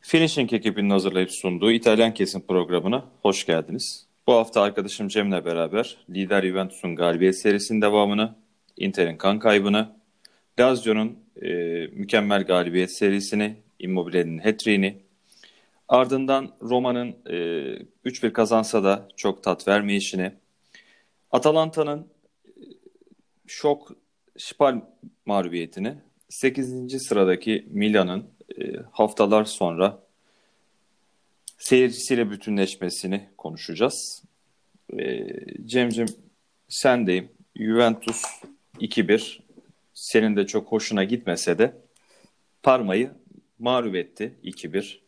Finishing ekibinin hazırlayıp sunduğu İtalyan Kesim programına hoş geldiniz. Bu hafta arkadaşım Cem'le beraber lider Juventus'un galibiyet serisinin devamını, Inter'in kan kaybını, Lazio'nun mükemmel galibiyet serisini, Immobile'nin hat-trick'ini, ardından Roma'nın 3-1 kazansa da çok tat vermeyişini, Atalanta'nın şok Spal mağlubiyetini, 8. sıradaki Milan'ın haftalar sonra seyircisiyle bütünleşmesini konuşacağız. Cem'cim sendeyim. Juventus 2-1. Senin de çok hoşuna gitmese de Parma'yı mağlup etti 2-1.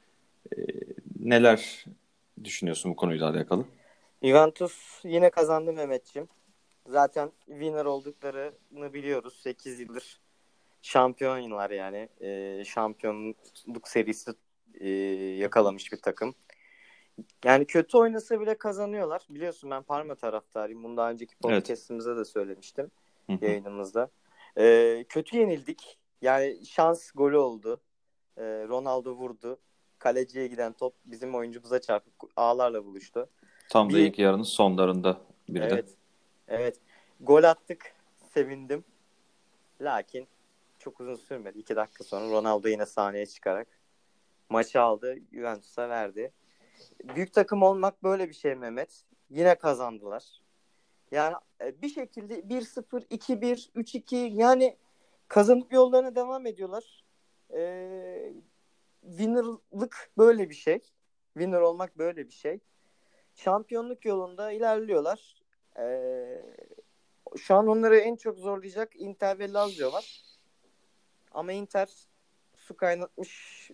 Neler düşünüyorsun bu konuyla alakalı? Juventus yine kazandı Mehmetciğim. Zaten winner olduklarını biliyoruz. 8 yıldır şampiyonlar yani. Şampiyonluk serisi yakalamış bir takım. Yani kötü oynasa bile kazanıyorlar. Biliyorsun ben Parma taraftarıyım. Bunu daha önceki podcastimizde de söylemiştim. Yayınımızda. Kötü yenildik. Yani şans golü oldu. Ronaldo vurdu. Kaleciye giden top bizim oyuncumuza çarpıp ağlarla buluştu. Tam da ilk yarının sonlarında bir de. Evet. Gol attık. Sevindim. Lakin çok uzun sürmedi. 2 dakika sonra Ronaldo yine sahneye çıkarak maçı aldı. Juventus'a verdi. Büyük takım olmak böyle bir şey Mehmet. Yine kazandılar. Yani bir şekilde 1-0, 2-1, 3-2 yani kazanıp yollarına devam ediyorlar. Winner'lık böyle bir şey. Winner olmak böyle bir şey. Şampiyonluk yolunda ilerliyorlar. Şu an onları en çok zorlayacak Inter ve Lazio var. Ama Inter su kaynatmış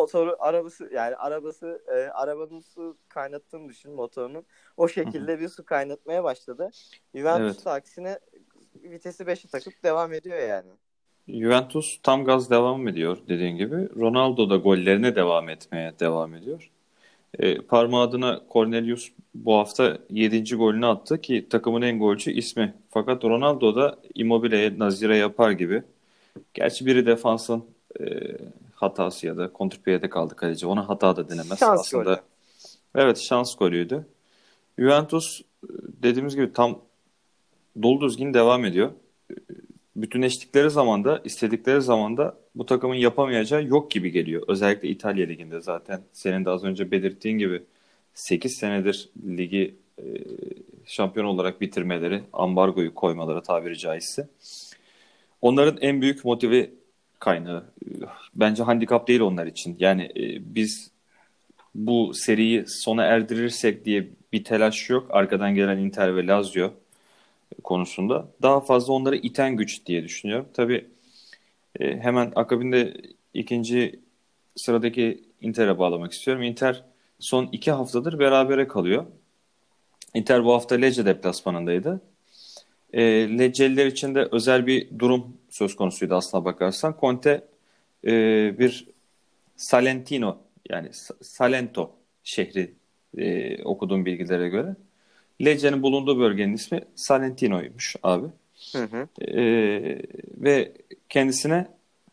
arabanın su kaynattığını düşün motorunun. O şekilde bir su kaynatmaya başladı. Juventus da aksine vitesi 5'e takıp devam ediyor yani. Juventus tam gaz devam ediyor dediğin gibi. Ronaldo da gollerine devam etmeye devam ediyor. Parma adına Cornelius bu hafta 7. golünü attı ki takımın en golcü ismi. Fakat Ronaldo da Immobile'ye nazire yapar gibi. Gerçi biri defansın hatası ya da kontrpiyede kaldı kaleci. Ona hata da denemez. Şans aslında. golü. Evet, şans golüydü. Juventus dediğimiz gibi tam dolu düzgün devam ediyor. Bütünleştikleri zaman da istedikleri zaman da bu takımın yapamayacağı yok gibi geliyor. Özellikle İtalya Ligi'nde zaten senin de az önce belirttiğin gibi 8 senedir ligi şampiyon olarak bitirmeleri, ambargoyu koymaları tabiri caizse. Onların en büyük motive kaynağı. Bence handikap değil onlar için. Yani biz bu seriyi sona erdirirsek diye bir telaş yok. Arkadan gelen Inter ve Lazio konusunda. Daha fazla onları iten güç diye düşünüyorum. Tabii hemen akabinde ikinci sıradaki Inter'e bağlamak istiyorum. Inter son 2 haftadır berabere kalıyor. Inter bu hafta Lecce deplasmanındaydı. Lecceliler için de özel bir durum söz konusuydu aslına bakarsan. Conte bir Salentino yani Salento şehri okuduğum bilgilere göre. Lecce'nin bulunduğu bölgenin ismi Salentino'ymuş abi. Ve kendisine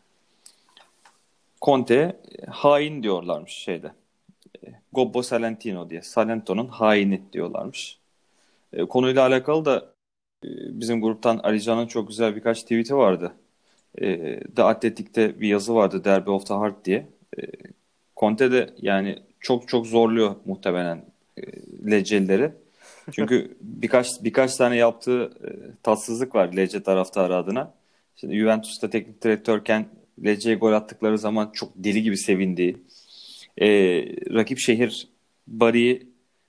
Conte'ye hain diyorlarmış şeyde. Gobbo Salentino diye. Salento'nun haini diyorlarmış. Konuyla alakalı da bizim gruptan Ali Can'ın çok güzel birkaç tweet'i vardı. The Athletic'te bir yazı vardı Derby of the Heart diye. Conte de yani çok çok zorluyor muhtemelen Leccelileri. Çünkü birkaç tane yaptığı tatsızlık var Lecce taraftarı adına. Şimdi Juventus'ta teknik direktörken Lecce'ye gol attıkları zaman çok deli gibi sevindiği, rakip şehir Bari'yi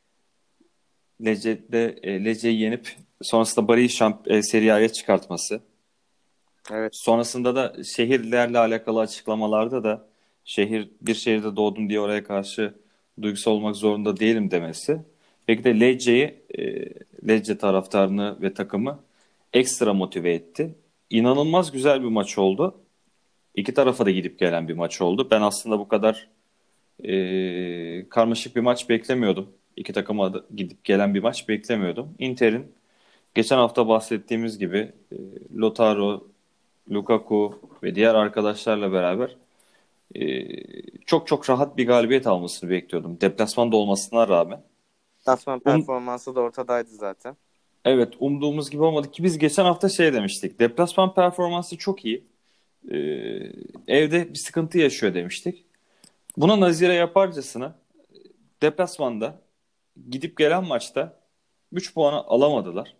Lecce'yi yenip sonrasında Bari'yi Serie A'ya çıkartması. Evet. Sonrasında da şehirlerle alakalı açıklamalarda da bir şehirde doğdum diye oraya karşı duygusal olmak zorunda değilim demesi. Peki de Lecce taraftarını ve takımı ekstra motive etti. İnanılmaz güzel bir maç oldu. İki tarafa da gidip gelen bir maç oldu. Ben aslında bu kadar karmaşık bir maç beklemiyordum. İki takıma da gidip gelen bir maç beklemiyordum. Inter'in geçen hafta bahsettiğimiz gibi Lautaro, Lukaku ve diğer arkadaşlarla beraber çok çok rahat bir galibiyet almasını bekliyordum. Deplasmanda olmasına rağmen. Tasman Um, performansı da ortadaydı zaten. evet, umduğumuz gibi olmadı ki biz geçen hafta şey demiştik. Deplasman performansı çok iyi. Ee, evde bir sıkıntı yaşıyor demiştik. Buna nazire yaparcasına deplasmanda gidip gelen maçta 3 puanı alamadılar.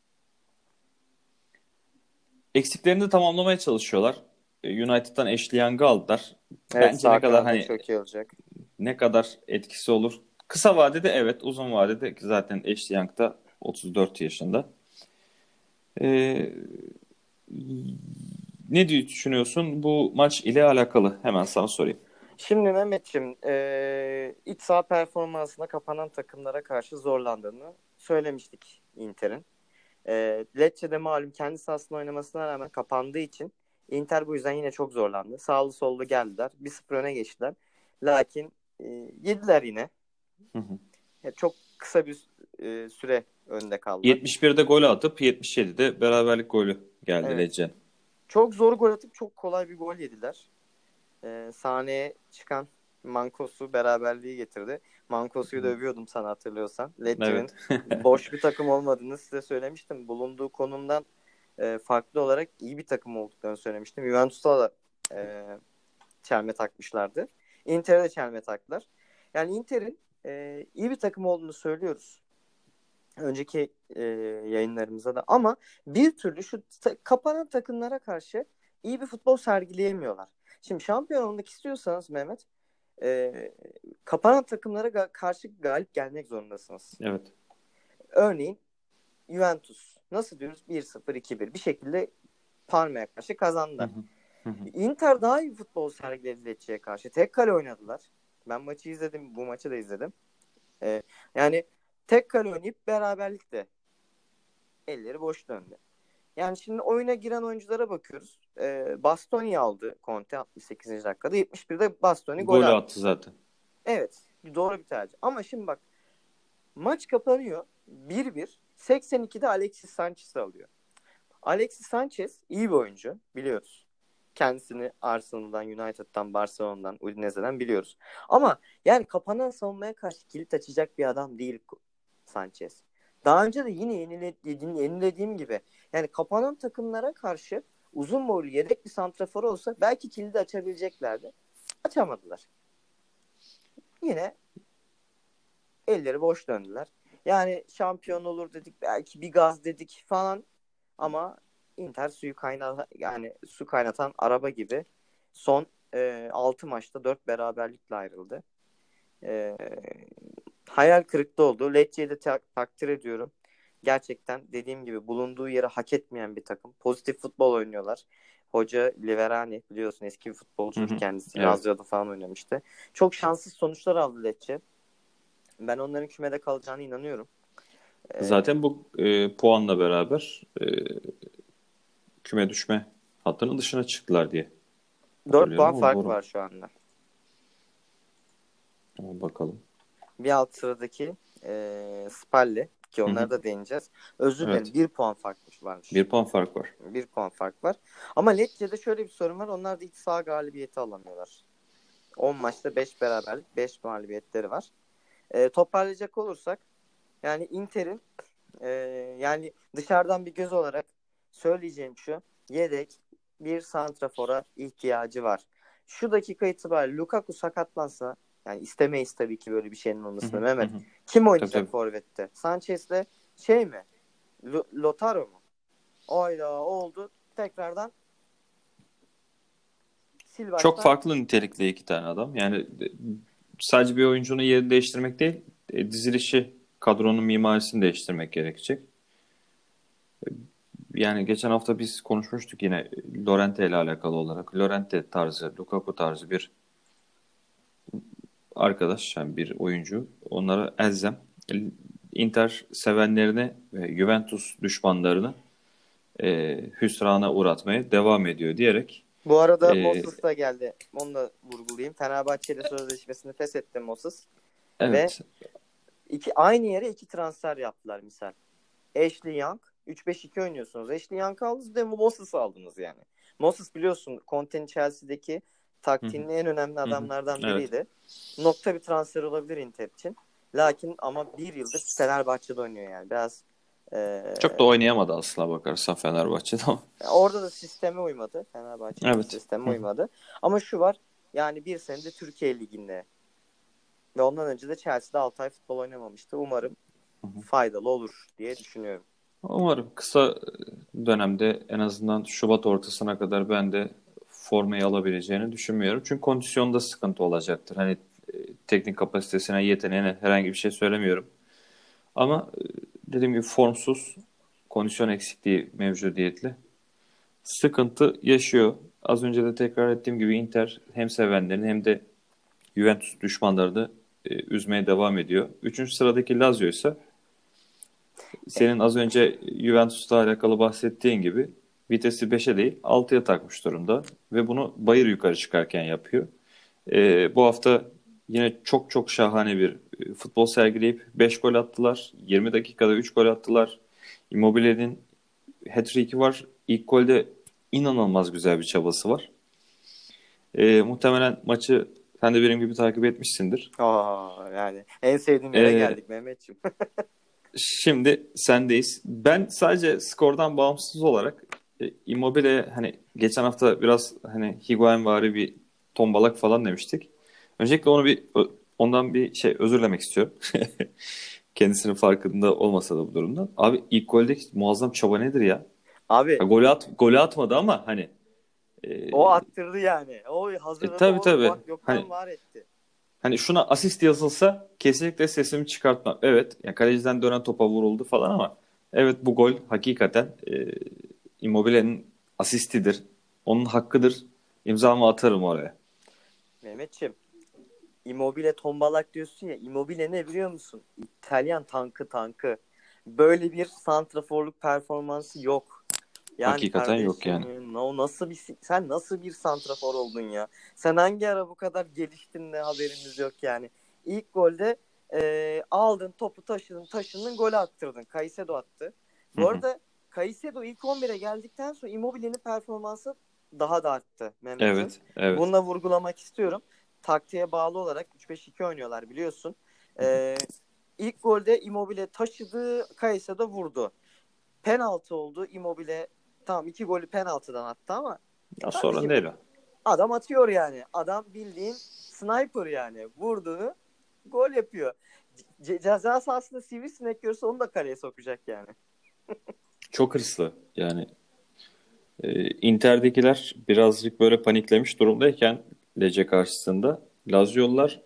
Eksiklerini de tamamlamaya çalışıyorlar. United'dan Ashley Young'ı aldılar. Evet, Bence sağ kanada çok iyi olacak. ne kadar etkisi olur? Kısa vadede evet, uzun vadede zaten Ashley Young da 34 yaşında. Ee, ne düşünüyorsun bu maç ile alakalı? Hemen sana sorayım. Şimdi Mehmetçim, iç saha performansına kapanan takımlara karşı zorlandığını söylemiştik Inter'in. Lecce'de malum kendi sahasında oynamasına rağmen kapandığı için Inter bu yüzden yine çok zorlandı. Sağlı sollu geldiler. 1-0 öne geçtiler. Lakin yediler yine. Hı hı. Çok kısa bir süre önde kaldılar. 71'de gol atıp 77'de beraberlik golü geldi Evet. Lecce. Çok zor gol atıp çok kolay bir gol yediler. Sahneye çıkan Mankos'u beraberliği getirdi. Mankos'u da övüyordum sana, hatırlıyorsan. Lecce'nin Evet. boş bir takım olmadığını size söylemiştim. Bulunduğu konumdan farklı olarak iyi bir takım olduklarını söylemiştim. Juventus'a da çelme takmışlardı. Inter'e de çelme taktılar. Yani Inter'in iyi bir takım olduğunu söylüyoruz. Önceki yayınlarımızda da. Ama bir türlü şu kapanan takımlara karşı iyi bir futbol sergileyemiyorlar. Şimdi şampiyon olmak istiyorsanız Mehmet, kapanan takımlara karşı galip gelmek zorundasınız. Evet. Örneğin Juventus. Nasıl diyoruz? 1-0, 2-1. Bir şekilde Parma'ya karşı Hı kazandılar. hı. Hı hı. Inter daha iyi futbol sergiledi Lecce'ye karşı. Tek kale oynadılar. Ben maçı izledim. Bu maçı da izledim. Yani tek kale oynayıp beraberlikte elleri boş döndü. Yani şimdi oyuna giren oyunculara bakıyoruz. Bastoni aldı Conte 68. dakikada. 71'de Bastoni gol Golü attı. attı zaten. Evet. Doğru bir tercih. Ama şimdi bak, maç kapanıyor. 1-1. 82'de Alexis Sanchez alıyor. Alexis Sanchez iyi bir oyuncu. Biliyoruz. Kendisini Arsenal'dan, United'dan, Barcelona'dan, Udinese'den biliyoruz. Ama yani kapanan savunmaya karşı kilit açacak bir adam değil Sanchez. Daha önce de yine yenilediğim gibi yani kapanan takımlara karşı uzun boylu yedek bir santrafor olsa belki kilidi açabileceklerdi. Açamadılar. Yine elleri boş döndüler. Yani şampiyon olur dedik, belki bir gaz dedik falan, ama Inter su kaynatan araba gibi son 6 maçta 4 beraberlikle ayrıldı. E, hayal kırıklığı oldu. Lecce'yi de takdir ediyorum. Gerçekten dediğim gibi bulunduğu yeri hak etmeyen bir takım. Pozitif futbol oynuyorlar. Hoca Liverani, biliyorsun, eski bir Hı futbolcudur hı. kendisi. Evet. Lazio'da falan oynamıştı. Çok şanssız sonuçlar aldı Lecce. Ben onların kümede kalacağına inanıyorum. Zaten bu puanla beraber küme düşme hattının dışına çıktılar diye 4 hatırlıyorum puan ama fark doğru mu? var şu anda. Ama bakalım. Bir alt sıradaki Spalli, ki Hı hı. onlara da değineceğiz. Özür dilerim, Evet. 1 puan farkmış varmış. 1 puan fark var. 1 puan fark var. Ama Lecce'de şöyle bir sorun var. Onlar da iç saha galibiyeti alamıyorlar. 10 maçta 5 beraberlik, 5 mağlubiyetleri var. Toparlayacak olursak yani Inter'in yani dışarıdan bir göz olarak söyleyeceğim şu: yedek bir santrafora ihtiyacı var. Şu dakika itibariyle Lukaku sakatlansa, yani istemeyiz tabii ki böyle bir şeyin Hı olmasını hı. Hı Mehmet. hı. Kim Tabii oynayacak tabii. forvette? Sanchez'le şey mi? Lautaro mu? Oyla oldu. Tekrardan sil Çok baştan. farklı nitelikli iki tane adam. Yani sadece bir oyuncunun yerini değiştirmek değil, dizilişi, kadronun mimarisini değiştirmek gerekecek. Yani geçen hafta biz konuşmuştuk yine Llorente ile alakalı olarak. Llorente tarzı, Lukaku tarzı bir arkadaş, yani bir oyuncu. Onlara elzem. Inter sevenlerini ve Juventus düşmanlarını hüsrana uğratmaya devam ediyor diyerek Bu arada e, Moses da geldi. Onu da vurgulayayım. Fenerbahçe ile sözleşmesini feshetti Moses. Ve evet, aynı yere iki transfer yaptılar misal. Ashley Young. 3-5-2 oynuyorsunuz. Ashley Young aldınız, bir de Moses aldınız yani. Moses biliyorsun Conte'nin Chelsea'deki Hı hı. Taktiğinin en önemli Hı hı. adamlardan Evet. biriydi. Nokta bir transfer olabilir Inter için. Lakin ama bir yıldır Fenerbahçe'de oynuyor yani. Biraz Çok da oynayamadı aslına bakarsan Fenerbahçe'de ama. orada da sisteme uymadı. Fenerbahçe'nin Evet. sisteme Hı hı. uymadı. Ama şu var, yani bir senede Türkiye Ligi'nde ve ondan önce de Chelsea'de 6 ay futbol oynamamıştı. Umarım Hı hı. faydalı olur diye düşünüyorum. Umarım kısa dönemde en azından Şubat ortasına kadar ben de formayı alabileceğini düşünmüyorum. Çünkü kondisyonda sıkıntı olacaktır. Hani teknik kapasitesine, yeteneğine herhangi bir şey söylemiyorum. Ama dediğim gibi formsuz, kondisyon eksikliği mevcudiyetli. Sıkıntı yaşıyor. Az önce de tekrar ettiğim gibi Inter hem sevenlerini hem de Juventus düşmanlarını üzmeye devam ediyor. Üçüncü sıradaki Lazio ise senin az önce Juventus'la alakalı bahsettiğin gibi vitesi 5'e değil 6'ya takmış durumda ve bunu bayır yukarı çıkarken yapıyor. Bu hafta yine çok çok şahane bir futbol sergileyip 5 gol attılar. 20 dakikada 3 gol attılar. Immobile'nin hat-trick'i var. İlk golde inanılmaz güzel bir çabası var. Muhtemelen maçı sen de benim gibi takip etmişsindir. Yani en sevdiğim yere Ee, geldik Mehmetciğim. Şimdi sendeyiz. Ben sadece skordan bağımsız olarak Immobile hani geçen hafta biraz hani Higuain'vari bir tombalak falan demiştik. Öncelikle ondan bir şey özür dilemek istiyorum. Kendisinin farkında olmasa da bu durumdan. Abi ilk goldeki muazzam çaba nedir ya? Abi Ya golü atmadı ama hani e, o attırdı yani. O hazırladı, tabii o tabii. bak yoktan Hani var etti. şuna asist yazılsa kesinlikle sesimi çıkartmam. Evet, ya kaleciden dönen topa vuruldu falan ama evet bu gol hakikaten Immobile'nin asistidir. Onun hakkıdır. İmzamı atarım oraya. Mehmetciğim, Immobile tombalak diyorsun ya. Immobile ne biliyor musun? İtalyan tankı. Böyle bir santraforluk performansı yok. Yani Hakikaten yok yani. kardeşim, o nasıl bir, sen nasıl bir santrafor oldun ya? Sen hangi ara bu kadar geliştin de haberimiz yok yani. İlk golde aldın topu, taşındın gol attırdın. Caicedo attı. Hı Bu hı. arada Caicedo ilk 11'e geldikten sonra Immobile'nin performansı daha da arttı Mehmetciğim. Evet, evet. Bunu da vurgulamak istiyorum. Taktiğe bağlı olarak 3-5-2 oynuyorlar biliyorsun. İlk golde Immobile taşıdı, Caicedo vurdu. Penaltı oldu. Immobile tamam, 2 golü penaltıdan attı ama Ya sorun kardeşim, değil o. adam atıyor yani. Adam bildiğin sniper yani. Vurduğunu gol yapıyor. Ceza sahasında sivrisinek görürse onu da kaleye sokacak yani. Çok hırslı. Yani Inter'dekiler birazcık böyle paniklemiş durumdayken Lecce karşısında Lazio'lular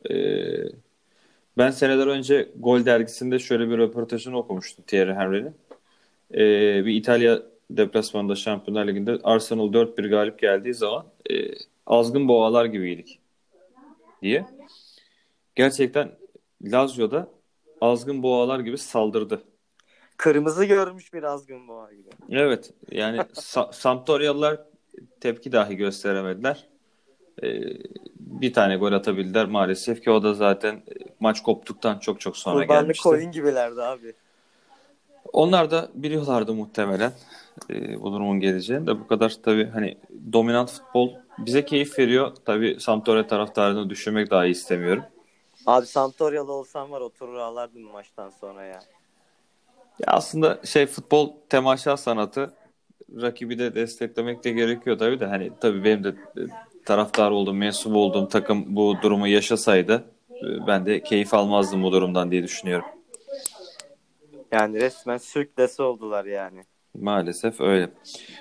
ben seneler önce Gol dergisinde şöyle bir röportajını okumuştum Thierry Henry'nin. Bir İtalya deplasmanında Şampiyonlar Ligi'nde Arsenal 4-1 galip geldiği zaman azgın boğalar gibiydik diye. Gerçekten Lazio'da azgın boğalar gibi saldırdı. Kırmızı görmüş bir azgın boğa gibi. Evet yani Sampdorialılar tepki dahi gösteremediler. Ee, Bir tane gol atabildiler maalesef ki o da zaten maç koptuktan çok çok sonra Kurbanlık gelmişti. koyun gibilerdi abi. Onlar da biliyorlardı muhtemelen bu durumun geleceğini de bu kadar tabii hani dominant futbol bize keyif veriyor. Tabii Sampdoria taraftarını düşürmek dahi istemiyorum. Abi Sampdoria'lı olsam var, oturur ağlardım bu maçtan sonra ya. Ya aslında şey futbol temaşa sanatı rakibi de desteklemek de gerekiyor tabii de hani tabii benim de taraftar olduğum, mensup olduğum takım bu durumu yaşasaydı ben de keyif almazdım bu durumdan diye düşünüyorum. Yani resmen sürklese oldular yani. Maalesef öyle.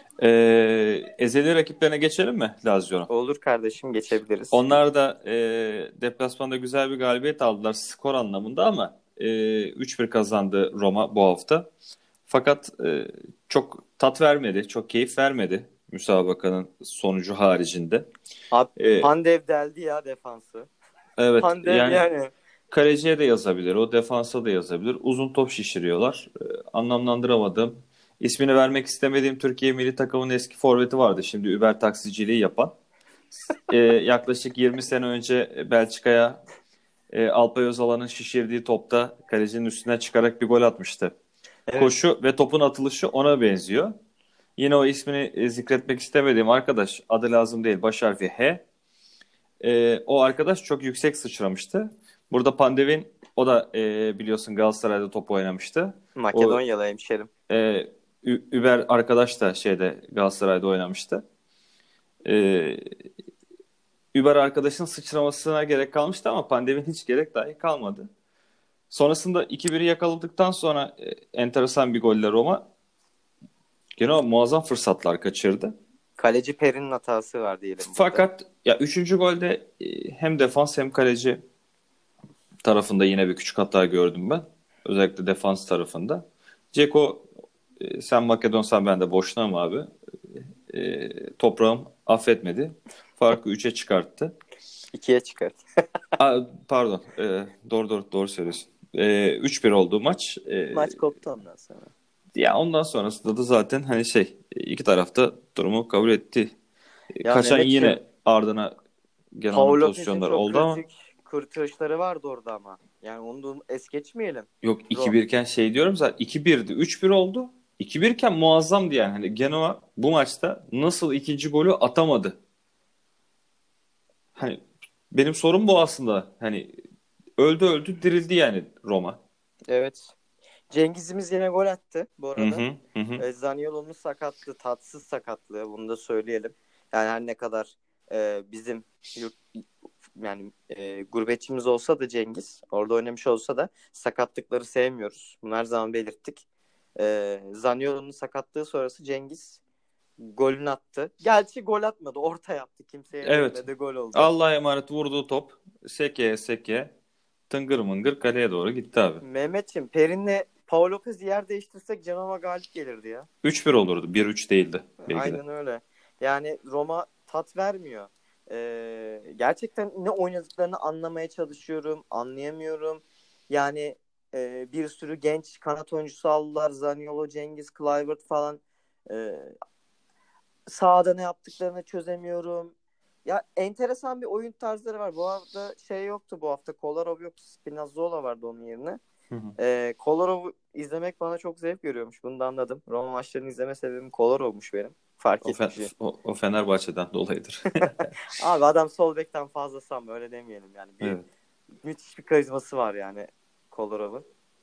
Ezeli rakiplerine geçelim mi Lazio'nun? Olur kardeşim, geçebiliriz. Onlar da deplasmanda güzel bir galibiyet aldılar skor anlamında ama 3-1 kazandı Roma bu hafta. Fakat çok tat vermedi, çok keyif vermedi müsabakanın sonucu haricinde. Abi E, Pandev deldi ya defansı. evet Pandev yani yani. kaleciye de yazabilir, o defansa da yazabilir. Uzun top şişiriyorlar. Anlamlandıramadım. İsmini vermek istemediğim Türkiye milli takımının eski forveti vardı. Şimdi Uber taksiciliği yapan. Yaklaşık 20 sene önce Belçika'ya Alpay Özalan'ın şişirdiği topta kalecinin üstüne çıkarak bir gol atmıştı. Evet. Koşu ve topun atılışı ona benziyor. Yine o ismini zikretmek istemediğim arkadaş adı lazım değil baş harfi H. O arkadaş çok yüksek sıçramıştı. Burada Pandevin o da biliyorsun Galatasaray'da top oynamıştı. O Makedonyalı hemşerim. Über arkadaş da Galatasaray'da oynamıştı. E, Über arkadaşın sıçramasına gerek kalmıştı ama Pandevin hiç gerek dahi kalmadı. Sonrasında 2-1'i yakaladıktan sonra enteresan bir golle Roma gene muazzam fırsatlar kaçırdı. Kaleci Peri'nin hatası var diyelim burada. Fakat ya 3. golde hem defans hem kaleci tarafında yine bir küçük hata gördüm ben. Özellikle defans tarafında. Ceko sen Makedonsan ben de boşuna mı abi? Toprağım affetmedi. Farkı 3'e çıkarttı. 2'ye çıkart. Pardon. Doğru söylüyorsun. 3-1 oldu maç. Maç koptu ondan sonra. Ya ondan sonrasında da zaten hani iki tarafta durumu kabul etti. Ya Kaçan Mehmetciğim, yine ardına gelen Paul Lopez'in pozisyonlar çok oldu ama kritik kurtarışları vardı orada ama. Yani onu da es geçmeyelim. yok 2-1 iken diyorum zaten 2-1'di 3-1 oldu. 2-1 iken muazzamdı yani. Hani Genoa bu maçta nasıl ikinci golü atamadı? Hani benim sorum bu aslında. Hani öldü dirildi yani Roma. Evet. Cengiz'imiz yine gol attı bu Hı arada. hı hı. Zaniolo'nun sakatlığı, tatsız sakatlığı, bunu da söyleyelim. Yani her ne kadar bizim gurbetçimiz olsa da Cengiz, orada oynamış olsa da sakatlıkları sevmiyoruz. Bunu her zaman belirttik. Zaniolo'nun sakatlığı sonrası Cengiz golünü attı. Gerçi gol atmadı, orta yaptı. Kimseye Evet. değmedi, gol oldu. Allah'a emanet vurduğu top seke tıngır mıngır kaleye doğru gitti abi. Mehmetçim, Perin'le Paul Lopez'i yer değiştirsek Cenova galip gelirdi ya. 3-1 olurdu. 1-3 değildi belki de. Aynen öyle. Yani Roma tat vermiyor. Gerçekten ne oynadıklarını anlamaya çalışıyorum. Anlayamıyorum. Yani bir sürü genç kanat oyuncusu aldılar. Zaniolo, Cengiz, Kluivert falan. Ee, Sahada ne yaptıklarını çözemiyorum. Ya enteresan bir oyun tarzları var. Bu arada yoktu bu hafta. Kolarov yoktu. Spinazzola vardı onun yerine. Hı hı. Kolarov'u izlemek bana çok zevk veriyormuş. Bunu da anladım. Roma maçlarını izleme sebebim Kolarov'muş benim. Fark etmişim. O Fenerbahçe'den dolayıdır. Abi adam sol bekten fazla sam, öyle demeyelim yani. Evet. Müthiş bir karizması var yani Kolarov'un.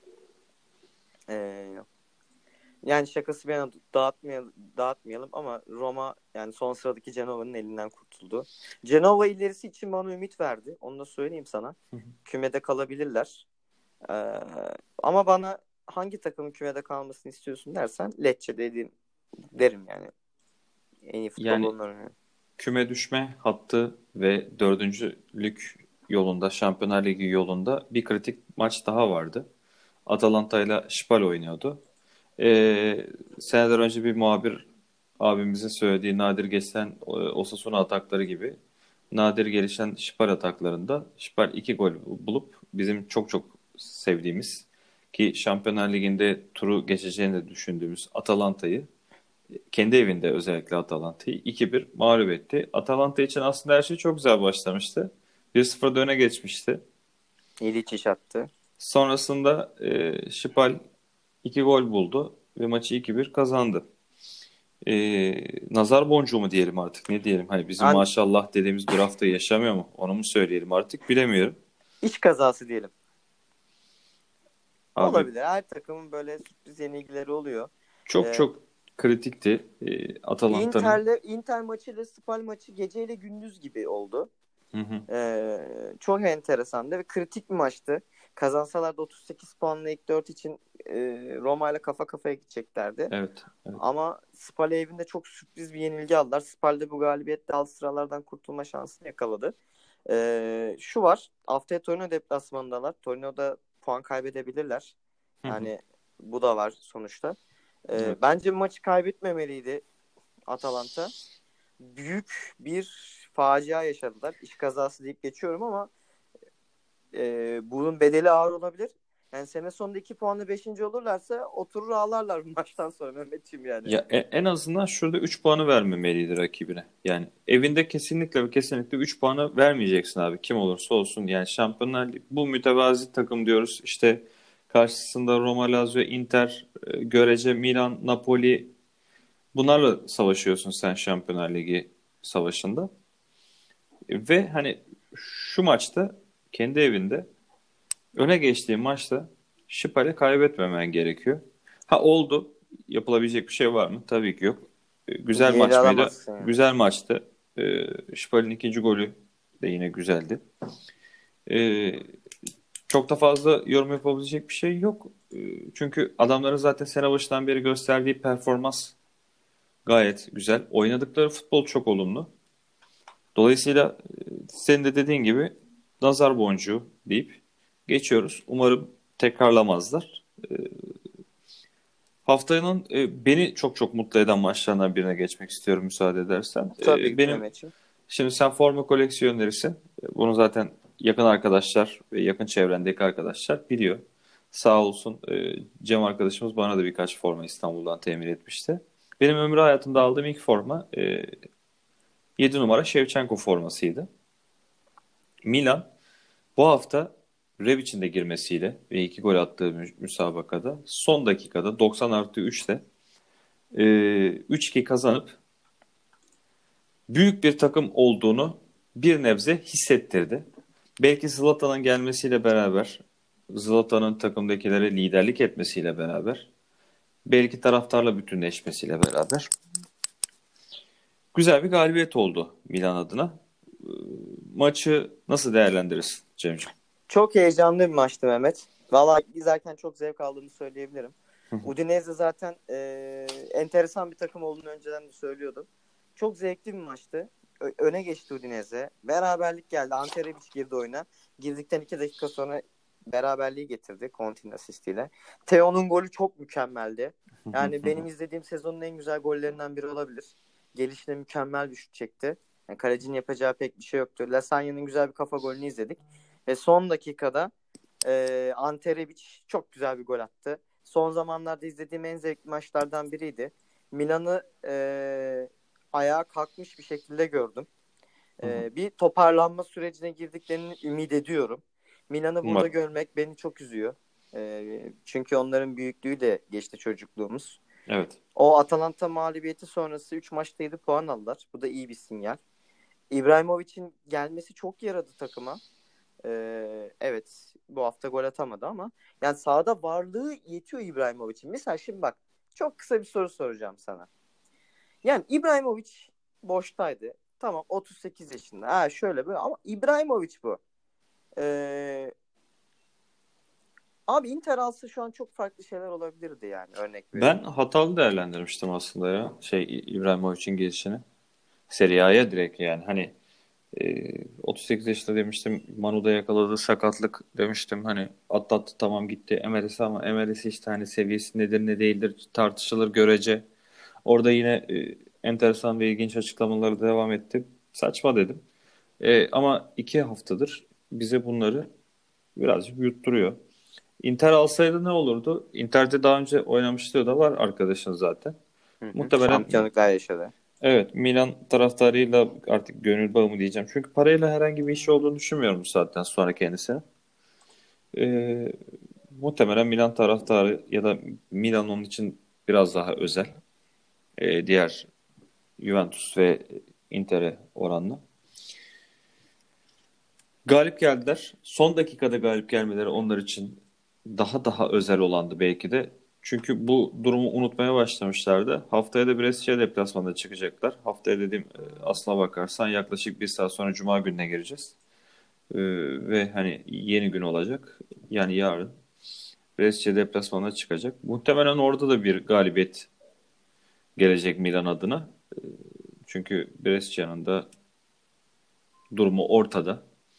Ee, Yani şakası bir yana dağıtmayalım ama Roma yani son sıradaki Genova'nın elinden kurtuldu. Genova ilerisi için bana ümit verdi. Onu da söyleyeyim sana. Hı hı. Kümede kalabilirler. Ee, Ama bana hangi takımın kümede kalmasını istiyorsun dersen Lecce derim yani. En iyi futbol Yani onlar oynuyor. küme düşme hattı ve dördüncülük yolunda, Şampiyonlar Ligi yolunda bir kritik maç daha vardı. Atalanta ile Spal oynuyordu. Seneler önce bir muhabir abimizin söylediği nadir geçen Osasuna atakları gibi nadir gelişen Spal ataklarında Spal 2 gol bulup bizim çok sevdiğimiz ki Şampiyonlar Ligi'nde turu geçeceğini de düşündüğümüz Atalanta'yı kendi evinde özellikle Atalanta'yı 2-1 mağlup etti. Atalanta için aslında her şey çok güzel başlamıştı. 1-0'da öne geçmişti. İliç attı. Sonrasında Spal 2 gol buldu ve maçı 2-1 kazandı. Nazar boncuğu mu diyelim artık ne diyelim? Hani bizim An maşallah dediğimiz bir hafta yaşamıyor mu? Onu mu söyleyelim artık bilemiyorum. iş kazası diyelim. Abi Olabilir. Her takımın böyle sürpriz yenilgileri oluyor. çok Ee, çok kritikti Atalanta'nın. Inter maçı ile Spal maçı geceyle gündüz gibi oldu. Hı hı. Çok enteresandı ve kritik bir maçtı. Kazansalar da 38 puanla ilk 4 için Roma ile kafa kafaya gideceklerdi. Evet, evet. Ama Spal evinde çok sürpriz bir yenilgi aldılar. Spal de bu galibiyette alt sıralardan kurtulma şansını yakaladı. Şu var. Haftaya Torino deplasmanındalar. Torino'da puan kaybedebilirler. Hı hı. Yani bu da var sonuçta. Evet. Bence maçı kaybetmemeliydi Atalanta. Büyük bir facia yaşadılar. İş kazası deyip geçiyorum ama bunun bedeli ağır olabilir. Yani sene sonunda 2 puanla 5. olurlarsa oturur ağlarlar bu maçtan sonra Mehmetciğim yani. Ya en azından şurada 3 puanı vermemeliydi rakibine. Yani evinde kesinlikle ve kesinlikle 3 puanı vermeyeceksin abi. Kim olursa olsun. Yani Şampiyonlar Ligi bu mütevazi takım diyoruz. İşte karşısında Roma, Lazio, Inter, görece Milan, Napoli bunlarla savaşıyorsun sen Şampiyonlar Ligi savaşında. Ve hani şu maçta kendi evinde öne geçtiği maçta Şipal'i kaybetmemen gerekiyor. Ha oldu. Yapılabilecek bir şey var mı? Tabii ki yok. Güzel Geri maç mıydı? alamazsın yani. Güzel maçtı. Şipal'in ikinci golü de yine güzeldi. E, Çok da fazla yorum yapabilecek bir şey yok. Çünkü adamların zaten sene başından beri gösterdiği performans gayet güzel. Oynadıkları futbol çok olumlu. Dolayısıyla senin de dediğin gibi nazar boncuğu deyip geçiyoruz. Umarım tekrarlamazlar. Haftanın beni çok çok mutlu eden maçlarından birine geçmek istiyorum müsaade edersen. Tabii ki Benim Mehmetciğim. şimdi sen forma koleksiyonerisin. Bunu zaten yakın arkadaşlar ve yakın çevrendeki arkadaşlar biliyor. Sağ olsun Cem arkadaşımız bana da birkaç forma İstanbul'dan temin etmişti. Benim ömrü hayatımda aldığım ilk forma 7 numara Shevchenko formasıydı. Milan bu hafta Revic'in de girmesiyle ve iki gol attığı müsabakada son dakikada 90+3'te 3-2 kazanıp büyük bir takım olduğunu bir nebze hissettirdi. Belki Zlatan'ın gelmesiyle beraber, Zlatan'ın takımdakilere liderlik etmesiyle beraber, belki taraftarla bütünleşmesiyle beraber güzel bir galibiyet oldu Milan adına. Maçı nasıl değerlendirirsin Cemciğim? Çok heyecanlı bir maçtı Mehmet. Vallahi izlerken çok zevk aldığımı söyleyebilirim. Udinese zaten enteresan bir takım olduğunu önceden de söylüyordum. Çok zevkli bir maçtı. Öne geçti Udinese. Beraberlik geldi. Ante Rebic girdi oyuna. Girdikten 2 dakika sonra beraberliği getirdi Conte'nin asistiyle. Theo'nun golü çok mükemmeldi. Yani benim izlediğim sezonun en güzel gollerinden biri olabilir. Gelişine mükemmel bir şut çekti. Yani kalecinin yapacağı pek bir şey yoktu. Lasagne'nin güzel bir kafa golünü izledik. Ve son dakikada Ante Rebic çok güzel bir gol attı. Son zamanlarda izlediğim en zevkli maçlardan biriydi. Milan'ı ayağa kalkmış bir şekilde gördüm. Bir toparlanma sürecine girdiklerini ümit ediyorum. Milan'ı burada Umarım. görmek beni çok üzüyor. Çünkü onların büyüklüğü de geçti çocukluğumuz. Evet. O Atalanta mağlubiyeti sonrası 3 maçta 7 puan aldılar. Bu da iyi bir sinyal. İbrahimovic'in gelmesi çok yaradı takıma. Evet, bu hafta gol atamadı ama yani sahada varlığı yetiyor İbrahimovic'in. Mesela şimdi bak, çok kısa bir soru soracağım sana. Yani İbrahimovic boştaydı. Tamam, 38 yaşında. Ha şöyle böyle ama İbrahimovic bu. Ee, Abi Inter alsa şu an çok farklı şeyler olabilirdi yani, örnek Ben veriyorum. hatalı değerlendirmiştim aslında ya İbrahimovic'in gelişini. Serie A'ya direkt yani hani 38 yaşında demiştim. Manu'da yakaladığı sakatlık demiştim. Hani atlattı tamam gitti MLS ama MLS işte hani seviyesi nedir ne değildir tartışılır görece. Orada yine enteresan ve ilginç açıklamaları devam etti. Saçma dedim. Ama 2 haftadır bize bunları birazcık yutturuyor. Inter alsaydı ne olurdu? Inter'de daha önce oynamışlığı da var arkadaşın zaten. Hı hı. Muhtemelen Şampiyonluklar yaşadı. evet Milan taraftarıyla artık gönül bağı mı diyeceğim. Çünkü parayla herhangi bir işi olduğunu düşünmüyorum bu saatten sonra kendisine. Ee, Muhtemelen Milan taraftarı ya da Milan onun için biraz daha özel. Diğer Juventus ve Inter'e oranla. Galip geldiler. Son dakikada galip gelmeleri onlar için daha özel olandı belki de. Çünkü bu durumu unutmaya başlamışlardı. Haftaya da Brescia deplasmanda çıkacaklar. Haftaya dediğim aslına bakarsan yaklaşık 1 saat sonra Cuma gününe gireceğiz. Ve hani yeni gün olacak. Yani yarın Brescia deplasmana çıkacak. Muhtemelen orada da bir galibiyet gelecek Milan adına. Çünkü Brescia'nın da durumu ortada.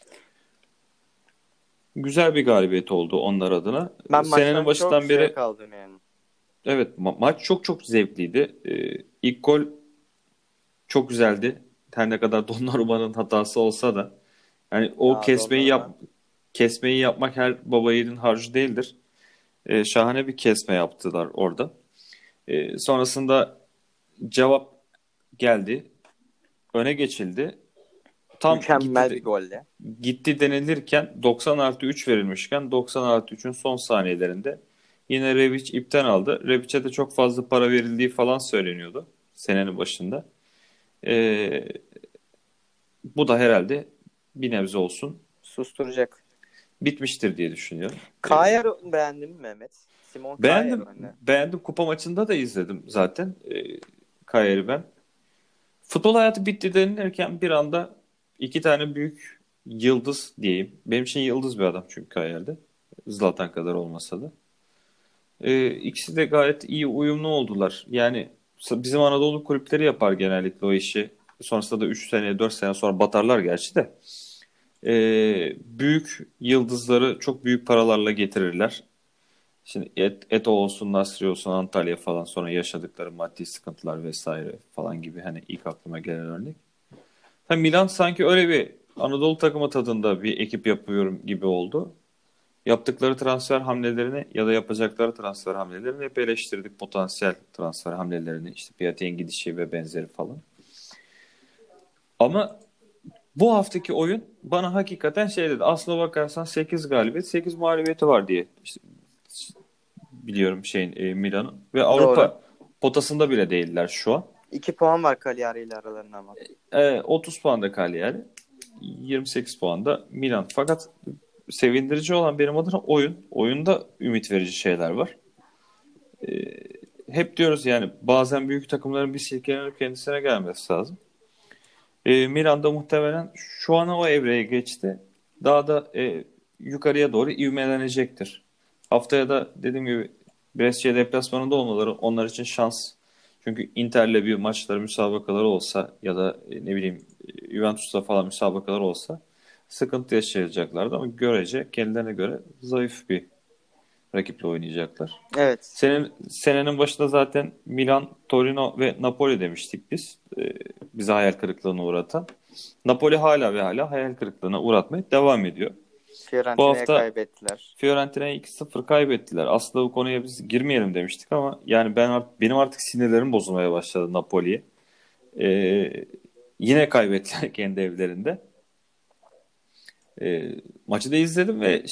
Güzel bir galibiyet oldu onlar adına. Ben Senenin maçtan çok başından zevk beri aldım yani. evet maç çok zevkliydi. İlk gol çok güzeldi. Her ne kadar Donnarumma'nın hatası olsa da yani o Ya Donnarumma. kesmeyi yapmak her baba yiğidin harcı değildir. Şahane bir kesme yaptılar orada. Sonrasında cevap geldi. Öne geçildi. Tam Mükemmel bir golle. gitti denilirken 90+3 verilmişken 90+3'ün son saniyelerinde yine Rebic ipten aldı. Rebic'e de çok fazla para verildiği falan söyleniyordu senenin başında. Ee, Bu da herhalde bir nebze olsun Susturacak. bitmiştir diye düşünüyorum. Kayer beğendin mi Mehmet? Simon Kayer Beğendim. oyunu. Beğendim. Kupa maçında da izledim zaten. Kayer'i ben. Futbol hayatı bitti denilirken bir anda iki tane büyük yıldız diyeyim. Benim için yıldız bir adam çünkü Kayer'de. Zlatan kadar olmasa da. İkisi de gayet iyi uyumlu oldular. Yani bizim Anadolu kulüpleri yapar genellikle o işi. Sonrasında da 3 sene 4 sene sonra batarlar gerçi de. Büyük yıldızları çok büyük paralarla getirirler. Şimdi Eto olsun, Nasri olsun, Antalya falan sonra yaşadıkları maddi sıkıntılar vesaire falan gibi hani ilk aklıma gelen örnek. Ha, Milan sanki öyle bir Anadolu takımı tadında bir ekip yapıyorum gibi oldu. Yaptıkları transfer hamlelerini ya da yapacakları transfer hamlelerini hep eleştirdik. Potansiyel transfer hamlelerini işte Piatek'in gidişi ve benzeri falan. Ama bu haftaki oyun bana hakikaten şey dedi. Aslına bakarsan 8 galibiyet 8 mağlubiyeti var diye işte biliyorum Milan'ın. Ve Doğru. Avrupa potasında bile değiller şu an. 2 puan var Cagliari ile aralarında ama. 30 puanda Cagliari. 28 puanda Milan. Fakat sevindirici olan benim adına oyun. Oyunda ümit verici şeyler var. Hep diyoruz yani bazen büyük takımların bir silkelenip kendisine gelmesi lazım. Milan'da muhtemelen şu an o evreye geçti. Daha da yukarıya doğru ivmelenecektir. Haftaya da dediğim gibi Brescia deplasmanında olmaları onlar için şans. Çünkü Inter'le bir maçları müsabakaları olsa ya da ne bileyim Juventus'la falan müsabakaları olsa sıkıntı yaşayacaklardı ama görece kendilerine göre zayıf bir rakiple oynayacaklar. Evet. Senenin başında zaten Milan, Torino ve Napoli demiştik biz. Bizi hayal kırıklığına uğratan. Napoli hala ve hala hayal kırıklığına uğratmaya devam ediyor. Bu Fiorentina'ya hafta kaybettiler. Fiorentina'ya 2-0 kaybettiler. Aslında bu konuya biz girmeyelim demiştik ama yani benim artık sinirlerim bozulmaya başladı Napoli'ye. Yine kaybettiler kendi evlerinde. Maçı da izledim ve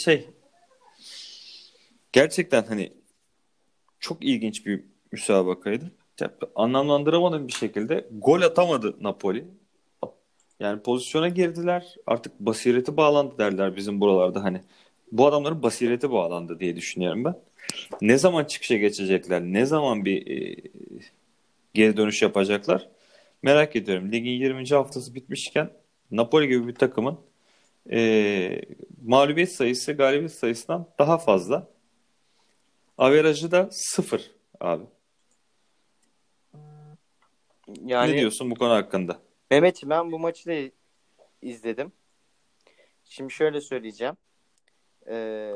gerçekten hani çok ilginç bir müsabakaydı. Anlamlandıramadığım bir şekilde gol atamadı Napoli. Yani pozisyona girdiler. Artık basireti bağlandı derler bizim buralarda hani. Bu adamların basireti bağlandı diye düşünüyorum ben. Ne zaman çıkışa geçecekler? Ne zaman bir geri dönüş yapacaklar? Merak ediyorum. Ligin 20. haftası bitmişken Napoli gibi bir takımın mağlubiyet sayısı galibiyet sayısından daha fazla. Averajı da sıfır abi. Ne Yani diyorsun bu konu hakkında? Mehmetciğim ben bu maçı da izledim. Şimdi şöyle söyleyeceğim. Ee,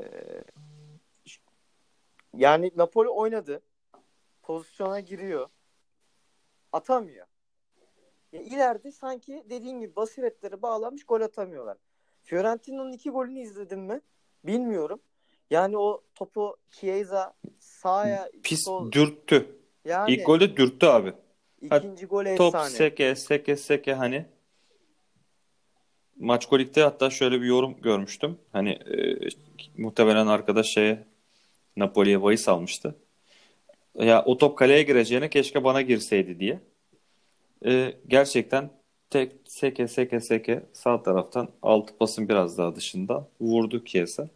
yani Napoli oynadı. Pozisyona giriyor. Atamıyor. Ya ileride sanki dediğin gibi basiretleri bağlanmış gol atamıyorlar. Fiorentina'nın 2 golünü izledim mi? Bilmiyorum. Yani o topu Chiesa sağa Pis sol dürttü. İlk yani golde dürttü abi. Ha, ikinci gol top efsane. seke hani Maçkolik'te hatta şöyle bir yorum görmüştüm. Hani muhtemelen arkadaş Napoli'ye bahis almıştı. Ya o top kaleye gireceğine keşke bana girseydi diye. Gerçekten tek seke sağ taraftan altı pasın biraz daha dışında vurdu Chiesa.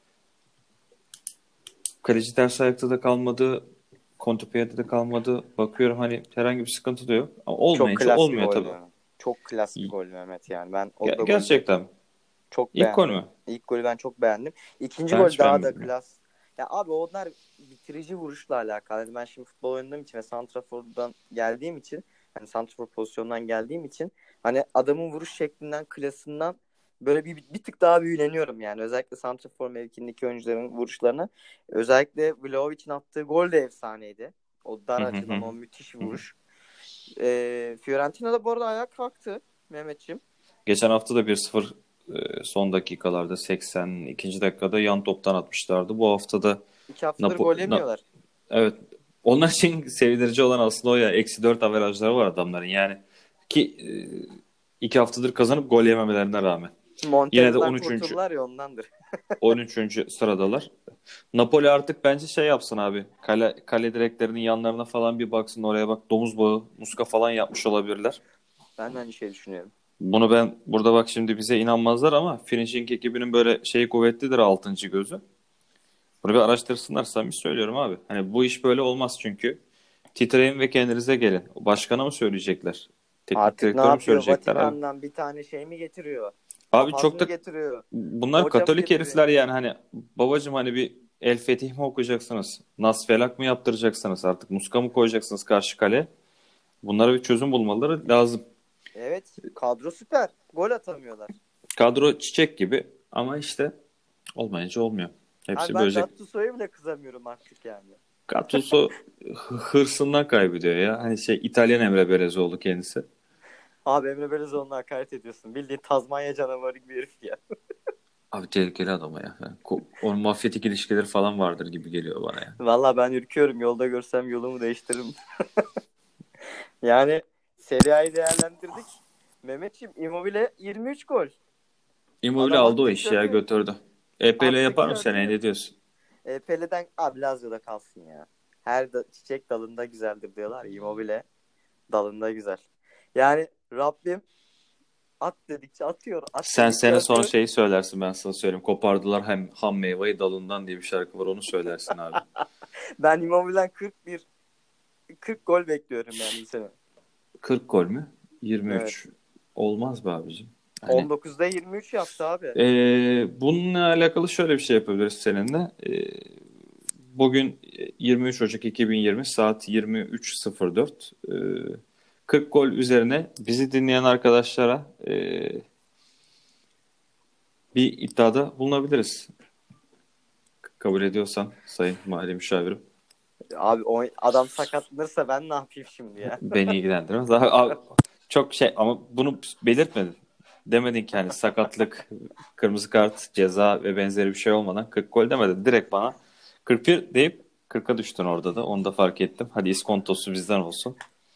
Kaleci ters ayakta da kalmadı. Kontrpiyade de kalmadı. Bakıyorum hani herhangi bir sıkıntı da yok. Ama Çok olmayınca klas bir olmuyor gol tabii. yani. Çok klas bir gol Mehmet yani. Ben o da golü Gerçekten. çok İlk gol beğendim. mü? İlk golü ben çok beğendim. İkinci Ben gol hiç daha da beğenmedim ya. klas. Ya abi onlar bitirici vuruşla alakalı. Yani ben şimdi futbol oynadığım için ve santrafordan geldiğim için hani santrafor pozisyonundan geldiğim için hani adamın vuruş şeklinden, klasından böyle bir tık daha büyüleniyorum yani. Özellikle santrafor mevkindeki oyuncuların vuruşlarına. Özellikle Vlahovic'in attığı gol de efsaneydi. O dar Hı hı açıdan hı. o müthiş Hı hı. vuruş. Fiorentina da bu arada ayağa kalktı Mehmetçim. Geçen hafta da 1-0 son dakikalarda 82. dakikada yan toptan atmışlardı. Bu hafta da 2 haftadır gol yemiyorlar. evet, onlar için sevindirici olan aslında o ya. -4 averajları var adamların yani. Ki 2 haftadır kazanıp gol yememelerine rağmen. Yine de Montella'dan kurtuldular ya ondandır. 13. sıradalar. Napoli artık bence yapsın abi. Kale direklerinin yanlarına falan bir baksın oraya bak domuz bağı, muska falan yapmış olabilirler. Ben de aynı şey düşünüyorum. Bunu ben burada bak şimdi bize inanmazlar ama finishing ekibinin böyle şeyi kuvvetlidir, altıncı gözü. Bunu bir araştırsınlar, samimi söylüyorum abi. Hani bu iş böyle olmaz çünkü. Titreyin ve kendinize gelin. Başkana mı söyleyecekler? Teknik Artık ne direktör mü yapıyor? söyleyecekler abi? Vatikan'dan bir tane şey mi getiriyor? Abi Papaz çok mı da getiriyor? bunlar Hoca mı Katolik getiriyor? herifler yani, hani babacım hani bir El Fetih mi okuyacaksınız? Nas Felak mı yaptıracaksınız artık? Muska mı koyacaksınız karşı kale? Bunlara bir çözüm bulmaları lazım. Evet. Kadro süper. Gol atamıyorlar. Kadro çiçek gibi ama işte olmayınca olmuyor. Abi Hepsi ben böcek. Gattuso'ya bile kızamıyorum artık yani. Gattuso hırsından kaybediyor ya. Hani şey, İtalyan Emre Belezoğlu kendisi. Abi Emre Belezoğlu'na hakaret ediyorsun. Bildiğin Tazmanya canavarı gibi herif ya. Abi tehlikeli adam o ya. Yani onun mafyatik ilişkileri falan vardır gibi geliyor bana ya. Valla ben ürküyorum. Yolda görsem yolumu değiştiririm. Yani Serie A'yı değerlendirdik. Mehmetciğim Immobile 23 gol. Immobile Adam aldı o attık işi ya, döndü. götürdü. EPL Attık yapar mı seneye, döndü. ne diyorsun? Pele'den abi Lazio'da kalsın ya. Çiçek dalında güzeldir diyorlar. Immobile dalında güzel. Yani Rabbim at dedikçe atıyor. At Sen dedikçe sene son atıyor. şeyi söylersin, ben sana söyleyeyim. Kopardılar hem ham meyveyi dalından diye bir şarkı var, onu söylersin abi. Ben Immobile'den 40 gol bekliyorum yani bu sene. 40 gol mü? Evet. 23 olmaz be abicim. Hani 19'da 23 yaptı abi. bununla alakalı şöyle bir şey yapabiliriz seninle. Bugün 23 Ocak 2020 saat 23.04. 40 gol üzerine bizi dinleyen arkadaşlara bir iddiada bulunabiliriz. Kabul ediyorsan sayın mali müşavirim. Abi o adam sakatlanırsa ben ne yapayım şimdi ya? Beni ilgilendirmez. Abi, çok şey ama bunu belirtmedin. Demedin ki hani sakatlık, kırmızı kart, ceza ve benzeri bir şey olmadan 40 gol demedin. Direkt bana 41 deyip 40'a düştün orada da. Onu da fark ettim. Hadi iskontosu bizden olsun.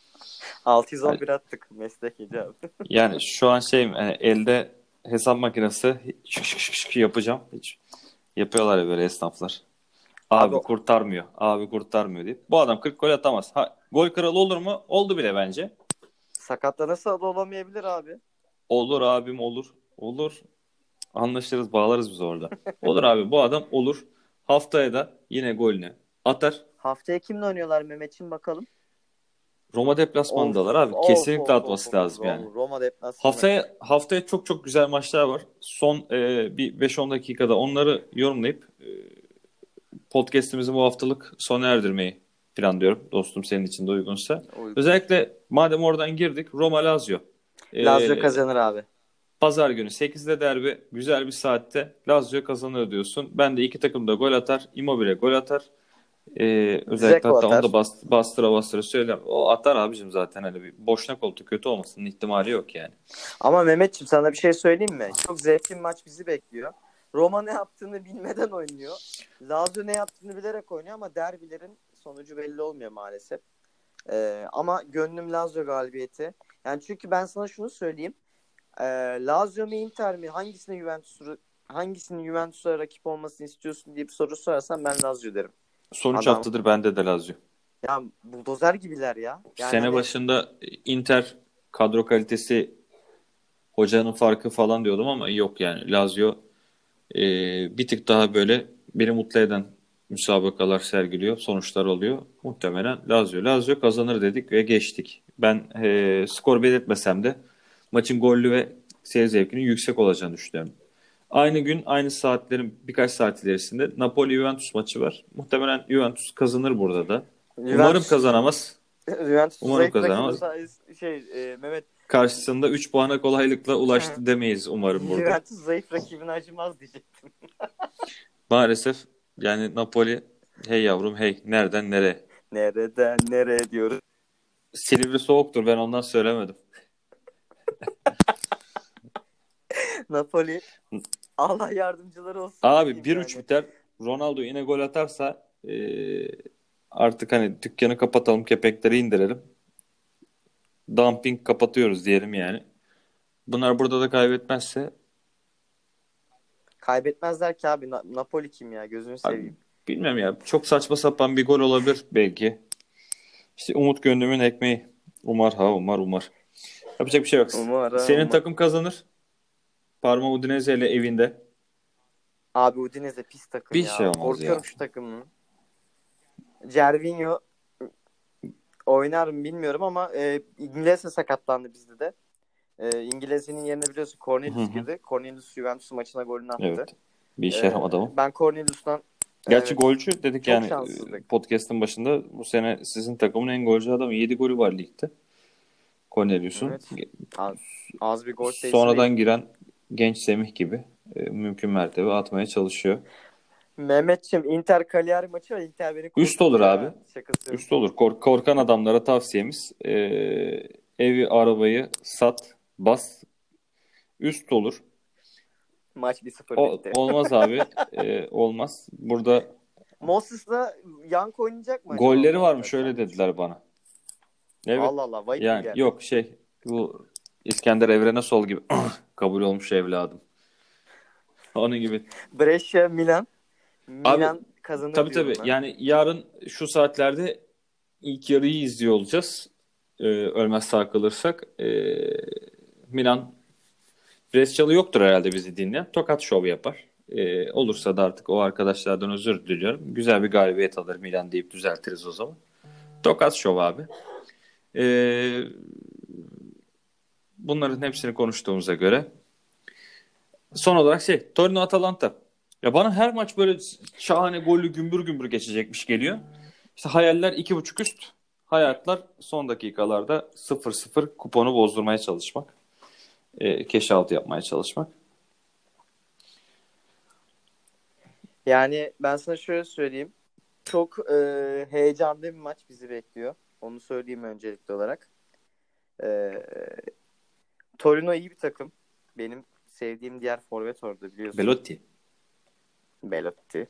Hani 611 attık meslek icabı. yani şu an şeyim, hani elde hesap makinesi şık şık şık şık yapacağım. Hiç yapıyorlar ya böyle esnaflar. Abi Abi kurtarmıyor. Abi kurtarmıyor deyip. Bu adam 40 gol atamaz. Ha, gol kralı olur mu? Oldu bile bence. sakatlanırsa da olamayabilir abi. Olur abim, olur. Olur. Anlaşırız, bağlarız biz orada. Olur abi, bu adam olur. Haftaya da yine golünü atar. Haftaya kimle oynuyorlar Mehmetçim bakalım. Roma Of deplasmandalar abi. of Kesinlikle of of atması of. lazım yani. Roma deplasmanı. Haftaya çok çok güzel maçlar var. Son bir 5-10 dakikada onları yorumlayıp podcast'imizi bu haftalık sona erdirmeyi planlıyorum. Dostum, senin için de uygunsa. Uygun. Özellikle madem oradan girdik, Roma Lazio. Lazio E, kazanır abi. Pazar günü 8'de derbi, güzel bir saatte Lazio kazanır diyorsun. Ben de iki takım da gol atar. Immobile gol atar. Özellikle Dzeko hatta onu atar. da bastıra bastıra söyleyeyim. O atar abicim zaten, hani bir boşnak koltuğu kötü olmasının ihtimali yok yani. Ama Mehmetçim sana bir şey söyleyeyim mi? Çok zevkli bir maç bizi bekliyor. Roma ne yaptığını bilmeden oynuyor. Lazio ne yaptığını bilerek oynuyor ama derbilerin sonucu belli olmuyor maalesef. Ama gönlüm Lazio galibiyeti. Yani çünkü ben sana şunu söyleyeyim. Lazio mu Inter mi? Hangisinin Juventus'a rakip olmasını istiyorsun diye bir soru sorarsan ben Lazio derim. Son 3 Adam haftadır bende de Lazio. ya buldozer gibiler ya. Yani Sene hani başında Inter kadro kalitesi, hocanın farkı falan diyordum ama yok yani. Lazio bir tık daha böyle beni mutlu eden müsabakalar sergiliyor. Sonuçlar oluyor. Muhtemelen Lazio kazanır dedik ve geçtik. Ben skor belirtmesem de maçın gollü ve seyir zevkinin yüksek olacağını düşünüyorum. Aynı gün, aynı saatlerin birkaç saat ilerisinde Napoli-Juventus maçı var. Muhtemelen Juventus kazanır burada da. Umarım Juventus kazanamaz. Juventus Umarım zayıf rakibi kazanamaz. Mehmet Karşısında 3 puana kolaylıkla ulaştı demeyiz umarım burada. Juventus zayıf rakibine acımaz diyecektim. Maalesef yani Napoli, hey yavrum hey, nereden nereye? Nereden nereye diyoruz. Silivri soğuktur, ben ondan söylemedim. Napoli Allah yardımcıları olsun Abi diyeyim 1-3 yani. biter. Ronaldo yine gol atarsa artık hani dükkanı kapatalım, kepekleri indirelim. Dumping kapatıyoruz diyelim yani. Bunlar burada da kaybetmezse Kaybetmezler ki abi. Napoli kim ya? Gözünü abi, seveyim. bilmiyorum ya, çok saçma sapan bir gol olabilir belki. İşte umut gönlümün ekmeği. Umar ha umar umar. Yapacak bir şey yok. Senin Umarım. takım kazanır. Parma Udinese ile evinde. Abi Udinese pis takım Bir şey ya. olmaz ya. Korkuyorum şu takımın. Cervinho oynar mı bilmiyorum ama İngilizce sakatlandı bizde de. İngilizce'nin yerine biliyorsun Hı Cornelius hı. girdi. Cornelius Juventus maçına golünü attı. Evet. Bir işe yaramadı ama. Ben Cornelius'tan Gerçi evet golcü dedik çok yani şanssızlık. podcast'ın başında bu sene sizin takımın en golcü adamı. 7 golü var ligde. Cornelius'un. Evet. Az, az bir gol sayısı değil. Sonradan giren genç Semih gibi mümkün mertebe atmaya çalışıyor. Mehmetçim Inter Cagliari maçı var. Inter beni Üst olur korkutuyor abi. ha. Şakası yok. Üst olur. Korkan adamlara tavsiyemiz evi arabayı sat, bas. Üst olur. Maç 1-0 bitti. Olmaz abi. Olmaz. Burada Moses'la Yank oynayacak mı acaba golleri bu hafta varmış öyle sence? dediler bana. Evet. Allah Allah. Vahit mi Yani geldi? yok bu İskender Evrene Sol gibi kabul olmuş evladım. Onun gibi. Brescia Milan. Abi Milan kazanır tabii diyorum ben. yani yarın şu saatlerde ilk yarıyı izliyor olacağız. Ölmez sağ kalırsak. Milan Brescia'lı yoktur herhalde bizi dinleyen. Tokat şov yapar. Olursa da artık o arkadaşlardan özür diliyorum. Güzel bir galibiyet alır Milan deyip düzeltiriz o zaman. Tokat şov abi. Ee, Bunların hepsini konuştuğumuza göre son olarak Torino Atalanta. Ya bana her maç böyle şahane gollü gümbür gümbür geçecekmiş geliyor. İşte hayaller 2,5 üst. Hayatlar son dakikalarda 0-0 kuponu bozdurmaya çalışmak. Cash out yapmaya çalışmak. Yani ben sana şöyle söyleyeyim. Çok heyecanlı bir maç bizi bekliyor. Onu söyleyeyim öncelikli olarak. E, Torino iyi bir takım. Benim sevdiğim diğer forvet orada biliyorsun. Belotti. Belotti.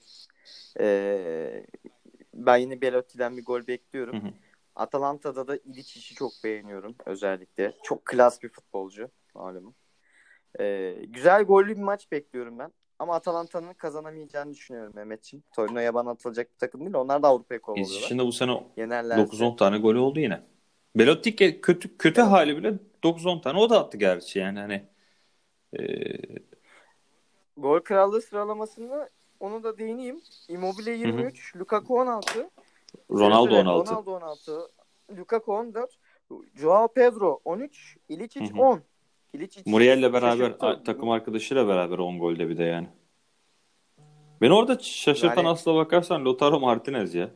Ben yine Belotti'den bir gol bekliyorum. Hı hı. Atalanta'da da İliçic'i çok beğeniyorum özellikle. Çok klas bir futbolcu malum. Güzel gollü bir maç bekliyorum ben. Ama Atalanta'nın kazanamayacağını düşünüyorum Mehmetciğim. Torino'ya bana atılacak bir takım değil. Onlar da Avrupa'ya kovalıyorlar. Şimdi bu sene Yenerlerse. 9-10 tane golü oldu yine. Belotti kötü Evet. hali bile 9-10 tane o da attı gerçi yani hani e, Gol krallığı sıralamasında onu da değineyim. Immobile hı hı. 23, Lukaku 16, Ronaldo 16. Ronaldo 16, Lukaku 14, Joao Pedro 13, Hı İličić hı. 10. İličić Muriel'le beraber şaşırttı. takım arkadaşıyla beraber 10 golde bir de yani. Beni orada şaşırtan Yani aslına bakarsan Lautaro Martinez ya.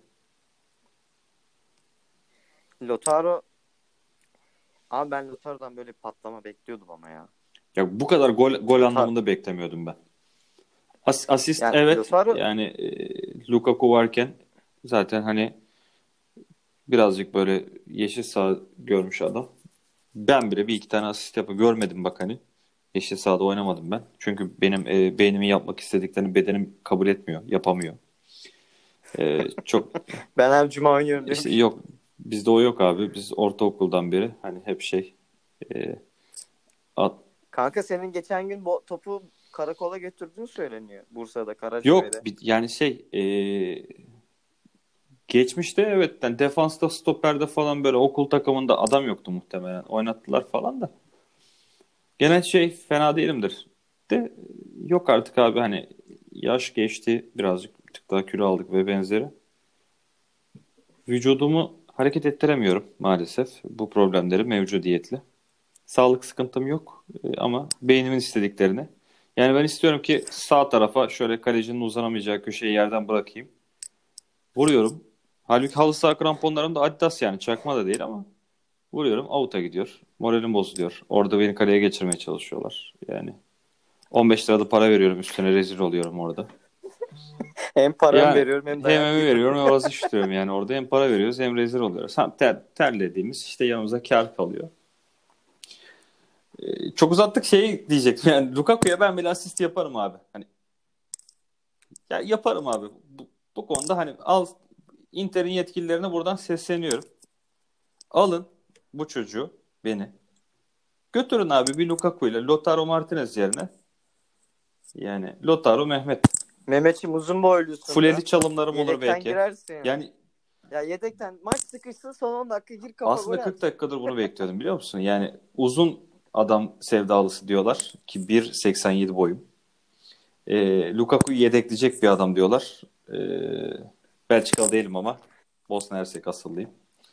Lautaro abi ben Lautaro'dan böyle bir patlama bekliyordum ama ya. Ya bu kadar gol Lautaro anlamında beklemiyordum ben. Asist yani evet Lautaro yani Lukaku varken zaten hani birazcık böyle yeşil saha görmüş adam. Ben bile bir iki tane asist görmedim bak hani. Yeşil sahada oynamadım ben. Çünkü benim beynimin yapmak istediklerini bedenim kabul etmiyor, yapamıyor. Çok ben her cuma oynuyorum işte diyormuş. yok bizde o yok abi. Biz ortaokuldan beri hani hep e, at, Kanka senin geçen gün topu karakola götürdüğün söyleniyor. Bursa'da, yok Karaköy'de. yani geçmişte evet yani defansta stoperde falan böyle okul takımında adam yoktu muhtemelen. Oynattılar falan da. Gene fena değilimdir. De yok artık abi hani yaş geçti birazcık bir tık daha kilo aldık ve benzeri. Vücudumu hareket ettiremiyorum maalesef bu problemleri mevcudiyetli. Sağlık sıkıntım yok ama beynimin istediklerini. Yani ben istiyorum ki sağ tarafa şöyle kalecinin uzanamayacağı köşeyi yerden bırakayım. Vuruyorum. Halbuki halı saha kramponlarım da Adidas yani çakma da değil ama vuruyorum out'a gidiyor. Moralim bozuluyor. Orada beni kaleye geçirmeye çalışıyorlar. Yani 15 lira da para veriyorum üstüne rezil oluyorum orada. Hem paramı Yani veriyorum hem hem dayak evi yiyorum. veriyorum hem azı işliyorum yani orada hem para veriyoruz hem rezil oluyoruz. Hem terlediğimiz işte yanımıza kar kalıyor. Çok uzattık diyecektim yani Lukaku'ya ben bile asist yaparım abi. Hani ya yaparım abi. Bu konuda hani Inter'in yetkililerine buradan sesleniyorum. Alın bu çocuğu beni. Götürün abi bir Lukaku ile Lautaro Martinez yerine. Yani Lautaro Mehmet. Mehmetciğim uzun boylusun Fuleli da. çalımlarım olur Yedekten belki. girersin. Yani Ya yedekten maç sıkışsın, son 10 dakika gir, kafa gol Aslında 40 at. dakikadır bunu bekliyordum, biliyor musun? Yani uzun adam sevdalısı diyorlar ki 1.87 boyum. Lukaku'yu yedekleyecek bir adam diyorlar. Belçikalı değilim ama Bosna Hersek asıllıyım.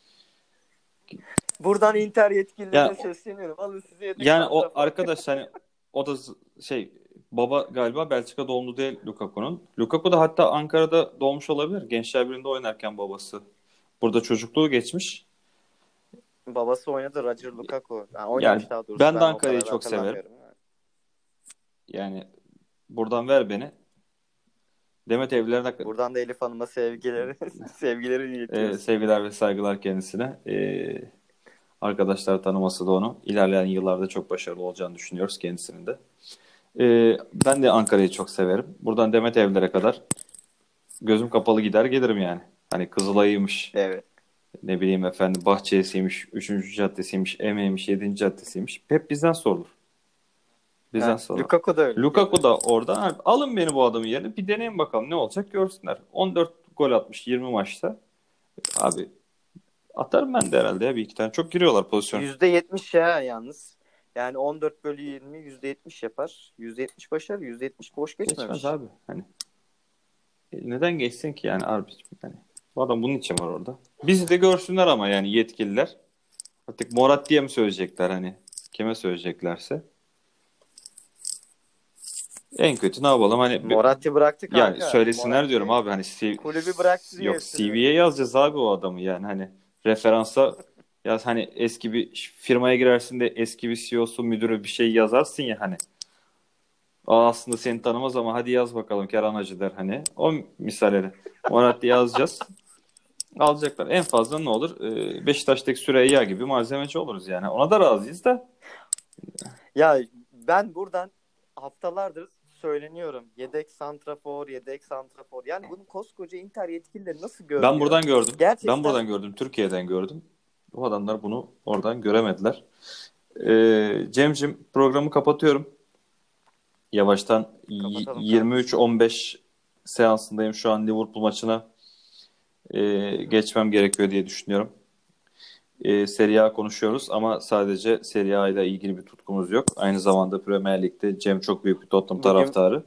Buradan Inter yetkililerine Yani sesleniyorum. Alın size yedek yani o santrafor. arkadaş hani o da şey, baba galiba Belçika doğumlu değil Lukaku'nun. Lukaku da hatta Ankara'da doğmuş olabilir. Gençler Birliği'nde oynarken babası. Burada çocukluğu geçmiş. Babası oynadı, Roger Lukaku. Yani Yani oynamış daha doğrusu. ben de Ben o Ankara'yı kadar da çok severim. hatırlamıyorum. Yani buradan ver beni. Demet evlerine Buradan da Elif Hanım'a sevgileri sevgileri iletiyoruz. sevgiler ve saygılar kendisine. Arkadaşlar tanıması da onu. İlerleyen yıllarda çok başarılı olacağını düşünüyoruz kendisinin de. Ben de Ankara'yı çok severim. Buradan Demet evlere kadar gözüm kapalı gider gelirim yani. Hani Kızılay'ıymış, Evet. ne bileyim efendim Bahçesi'ymiş, 3. caddesiymiş, Emeğiymiş, 7. caddesiymiş. Hep bizden sorulur. Bizden Ha, sorulur. Lukaku da öyle Lukaku keza. da orada. Ha, alın beni bu adamın yerine. Bir deneyin bakalım ne olacak görsünler. 14 gol atmış 20 maçta. Abi atarım ben de herhalde ya bir iki tane. Çok giriyorlar pozisyon. %70 ya yalnız. Yani 14/20 %70 yapar. %70 başarı, %70 boş Geçmez geçmemiş. abi. Hani neden geçsin ki yani abiciğim? Hani bu adam bunun için var orada. Bizi de görsünler ama yani yetkililer. Artık Morat diye mi söyleyecekler hani? Kime söyleyeceklerse. En kötü ne yapalım hani Moratti bıraktı yani kanka. söylesinler diyorum Moratti abi hani kulübü bıraktı diye yok söylüyorum. CV'ye yazacağız abi o adamı yani hani referansa yaz hani eski bir firmaya girersin de eski bir CEO'su müdürü bir şey yazarsın ya hani. Aa, aslında seni tanımaz ama hadi yaz bakalım Kerhan Hacı der hani. O misalleri. Moratti yazacağız. Alacaklar. En fazla ne olur? Beşiktaş'taki Süreyya gibi malzemeci oluruz yani. Ona da razıyız da. Ya ben buradan haftalardır söyleniyorum. Yedek santrafor, yedek santrafor. Yani bunu koskoca Inter yetkilileri nasıl Ben görmüyor? buradan gördüm. Ben Gerçekten buradan gördüm. Türkiye'den gördüm. O adamlar bunu oradan göremediler. Cem'cim programı kapatıyorum. Yavaştan kapatalım kankam. 23-15 seansındayım. Şu an Liverpool maçına geçmem gerekiyor diye düşünüyorum. Serie A konuşuyoruz ama sadece Serie A ile ilgili bir tutkumuz yok. Aynı zamanda Premier Lig'de Cem çok büyük bir Tottenham Bugün taraftarı.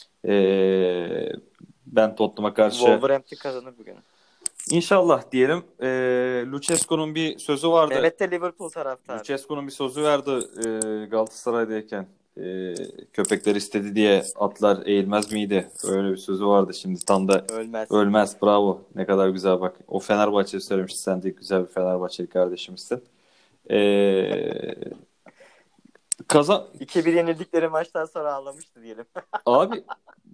Ben Tottenham'a karşı Wolverhampton kazanır bugün. inşallah diyelim. Lucescu'nun bir sözü vardı. Mehmet de Liverpool taraftarı. Lucescu'nun bir sözü vardı Galatasaray'dayken. Köpekler istedi diye atlar eğilmez miydi? Öyle bir sözü vardı. Şimdi tam da Ölmez. ölmez. Bravo. Ne kadar güzel bak. O Fenerbahçe'yi söylemişti. Sen de güzel bir Fenerbahçeli kardeşimizsin. Ee, kazan 2-1 yenildikleri maçtan sonra ağlamıştı diyelim. abi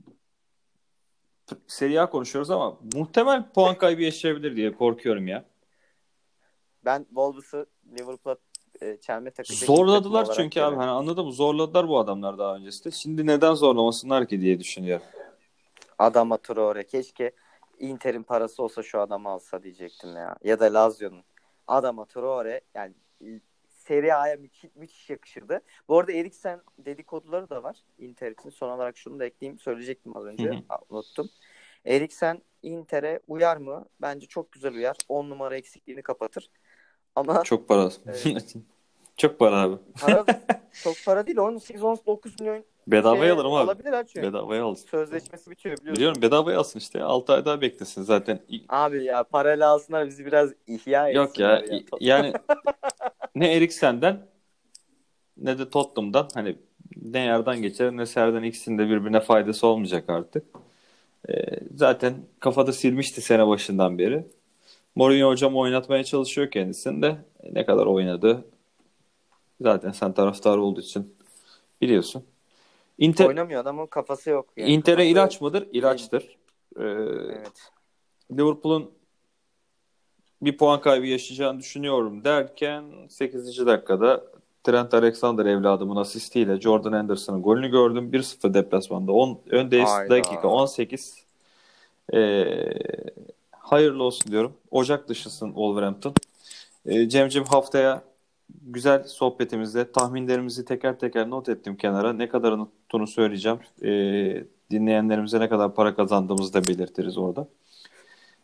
Serie A konuşuyoruz ama muhtemel puan kaybı yaşayabilir diye korkuyorum ya. Ben Wolves'ı Liverpool'a çelme takacak ilk takım Zorladılar olarak çünkü abi görüyorum. hani anladın mı? Zorladılar bu adamlar daha öncesinde. Şimdi neden zorlamasınlar ki diye düşünüyorum. Adama Traore. Keşke Inter'in parası olsa şu adamı alsa diyecektim ya. Ya da Lazio'nun. Adama Traore yani Serie A'ya müthiş, müthiş yakışırdı. Bu arada Eriksen dedikoduları da var Inter için. Son olarak şunu da ekleyeyim. Söyleyecektim az Hı önce. hı. Unuttum. Eriksen Inter'e uyar mı? Bence çok güzel uyar. 10 numara eksikliğini kapatır. Ama Çok para. e, Çok para abi. para çok para değil. 18-19 milyon Bedavaya şeye alırım abi. alabilirler çünkü. Bedavaya alsın. Sözleşmesi bitiyor biliyorsun. Biliyorum bedavaya alsın işte. 6 ay daha beklesin zaten. Abi ya parayla alsınlar bizi biraz ihya Yok etsinler ya ya. yani ne Eriksen'den ne de Tottenham'dan hani ne yerden geçer ne serden ikisinin de birbirine faydası olmayacak artık. Zaten kafada silmişti sene başından beri. Mourinho hocam oynatmaya çalışıyor kendisini de. Ne kadar oynadı zaten sen taraftar olduğu için biliyorsun. Inter, Oynamıyor adamın kafası yok yani. Inter'e Kafası ilaç mıdır? değil. İlaçtır. Ee, Evet. Liverpool'un bir puan kaybı yaşayacağını düşünüyorum derken 8. dakikada Trent Alexander evladımın asistiyle Jordan Henderson'ın golünü gördüm. 1-0 deplasmanda. Öndeyiz. Dakika Ayda. 18. Ee, hayırlı olsun diyorum. Ocak dışısın Wolverhampton. Cem'ciğim haftaya güzel sohbetimizde tahminlerimizi teker teker not ettim kenara. Ne kadarını tuttuğunu söyleyeceğim. Dinleyenlerimize ne kadar para kazandığımızı da belirtiriz orada.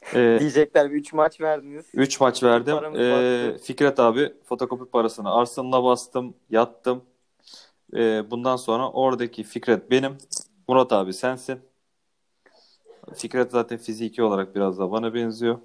Diyecekler 3 maç verdiniz. 3 maç verdim. Paramız battı. Fikret abi fotokopi parasını Arsenal'a bastım. Yattım. Bundan sonra oradaki Fikret benim. Murat abi sensin. Fikret zaten fiziki olarak biraz da bana benziyor.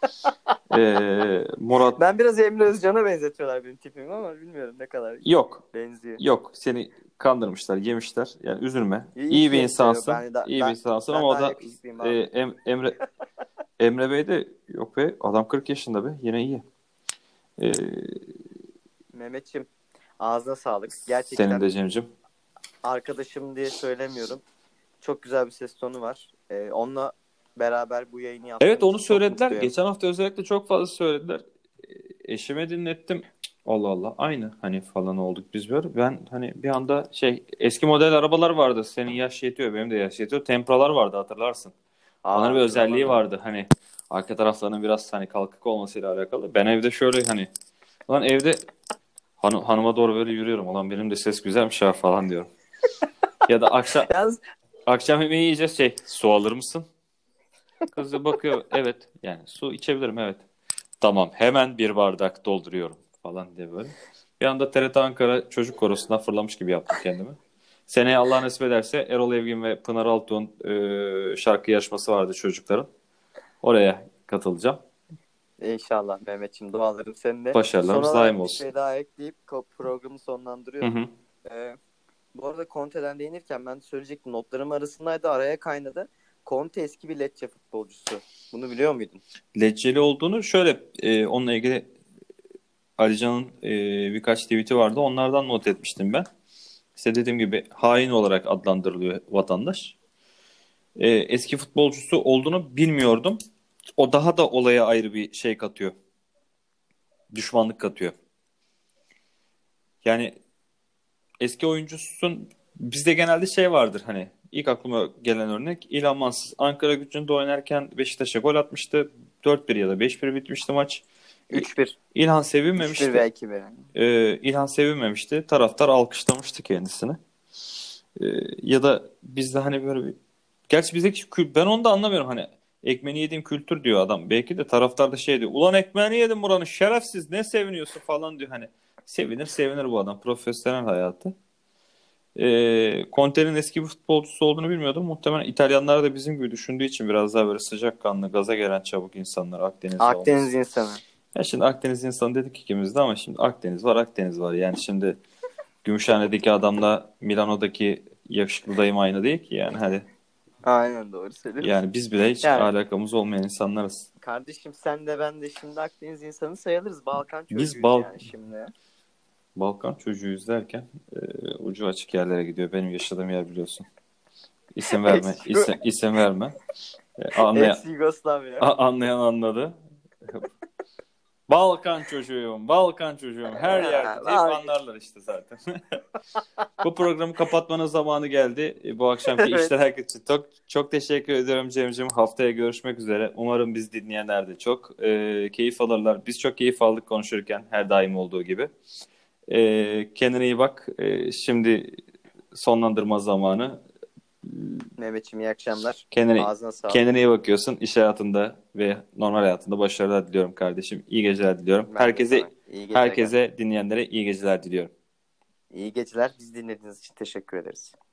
Murat Ben biraz Emre Özcan'a benzetiyorlar benim tipimi ama bilmiyorum ne kadar yok. benziyor. Yok. Seni kandırmışlar, yemişler. Yani üzülme. İyi İyi bir ki insansın. ben, da, İyi bir ben, insansın ama ben o daha da yakışıklıyım e, abi. Emre Bey de yok be. Adam 40 yaşında be. Yine iyi. Ee, Mehmetçim ağzına sağlık. Senin Gerçekten de Cem'cim. arkadaşım diye söylemiyorum. Çok güzel bir ses tonu var. Onunla beraber bu yayını Evet, yaptığım onu için çok söylediler. mutluyum. Geçen hafta özellikle çok fazla söylediler. Eşime dinlettim. Allah Allah, aynı hani falan olduk biz böyle. Ben hani bir anda eski model arabalar vardı. Senin yaş yetiyor, benim de yaş yetiyor. Tempralar vardı, hatırlarsın. Onların bir Hatırlamaz özelliği mıyım? vardı. Hani arka taraflarının biraz hani kalkık olmasıyla alakalı. Ben evde şöyle hani lan evde hanıma doğru böyle yürüyorum. Ulan benim de ses güzelmiş ha falan diyorum. Ya da Yalnız akşam yemeği yiyeceğiz, su alır mısın? Kız da bakıyor, evet yani su içebilirim, evet. Tamam, hemen bir bardak dolduruyorum falan diye böyle. Bir anda TRT Ankara Çocuk Korosu'na fırlamış gibi yaptım kendimi. Seneye Allah nasip ederse Erol Evgin ve Pınar Altuğ'un şarkı yarışması vardı çocukların. Oraya katılacağım. İnşallah Mehmetçim dualarım seninle. Son Başarılarımız daim olarak bir olsun. şey daha ekleyip programı Hı sonlandırıyorum. hı. Bu arada Conte'den değinirken ben de söyleyecektim. Notlarım arasındaydı, araya kaynadı. Conte eski bir Lecce futbolcusu. Bunu biliyor muydun? Lecceli olduğunu şöyle onunla ilgili Alican'ın birkaç tweet'i vardı. Onlardan not etmiştim ben. İşte dediğim gibi hain olarak adlandırılıyor vatandaş. Eski futbolcusu olduğunu bilmiyordum. O daha da olaya ayrı bir şey katıyor. Düşmanlık katıyor. Yani eski oyuncusun, bizde genelde vardır hani, ilk aklıma gelen örnek İlhan Mansız. Ankara Gücü'nde oynarken Beşiktaş'a gol atmıştı. 4-1 ya da 5-1 bitmişti maç. İ- 3-1. İlhan 3-1 sevinmemişti. ve 2-1 yani. İlhan sevinmemişti. Taraftar alkışlamıştı kendisini. Ee, Ya da bizde hani böyle bir... Gerçi bizdeki ben onu da anlamıyorum hani. Ekmeğini yediğim kültür diyor adam. Belki de taraftar da diyor. Ulan ekmeğini yedim buranın, şerefsiz, ne seviniyorsun falan diyor hani. Sevinir bu adam. Profesyonel hayatı. Conte'nin eski bir futbolcusu olduğunu bilmiyordum. Muhtemelen İtalyanlar da bizim gibi düşündüğü için biraz daha böyle sıcakkanlı, gaza gelen çabuk insanlar, Akdenizli Akdeniz olması. insanı. Ya şimdi Akdeniz insanı dedik ikimiz de ama şimdi Akdeniz var. Yani şimdi Gümüşhane'deki adamla Milano'daki yakışıklı dayım aynı değil ki yani, hadi. Aynen doğru söylüyorsun. Yani biz bile hiç Yani alakamız olmayan insanlarız. kardeşim sen de ben de şimdi Akdeniz insanı sayılırız. Balkan Biz çocuğuyuz yani şimdi. Balkan çocuğuyuz derken ucu açık yerlere gidiyor. Benim yaşadığım yer biliyorsun. İsim verme, Ex, isim verme. Anlayan, Ex-Yugoslavya. anlayan anladı. Balkan çocuğum. Her yerde deyip anlarlar işte zaten. Bu programı kapatmanın zamanı geldi. Bu akşamki işler Evet. herkes için çok teşekkür ediyorum Cem'ciğim. Haftaya görüşmek üzere. Umarım biz dinleyenler de çok keyif alırlar. Biz çok keyif aldık konuşurken, her daim olduğu gibi. Kendine iyi bak. Şimdi sonlandırma zamanı. Mehmetciğim iyi akşamlar. Kendine Ağzına sağlık. kendine iyi bakıyorsun. İş hayatında ve normal hayatında başarılar diliyorum kardeşim. İyi geceler diliyorum. Ben de sana. İyi geceler kardeşim. Herkese dinleyenlere iyi geceler diliyorum. İyi geceler. Bizi dinlediğiniz için teşekkür ederiz.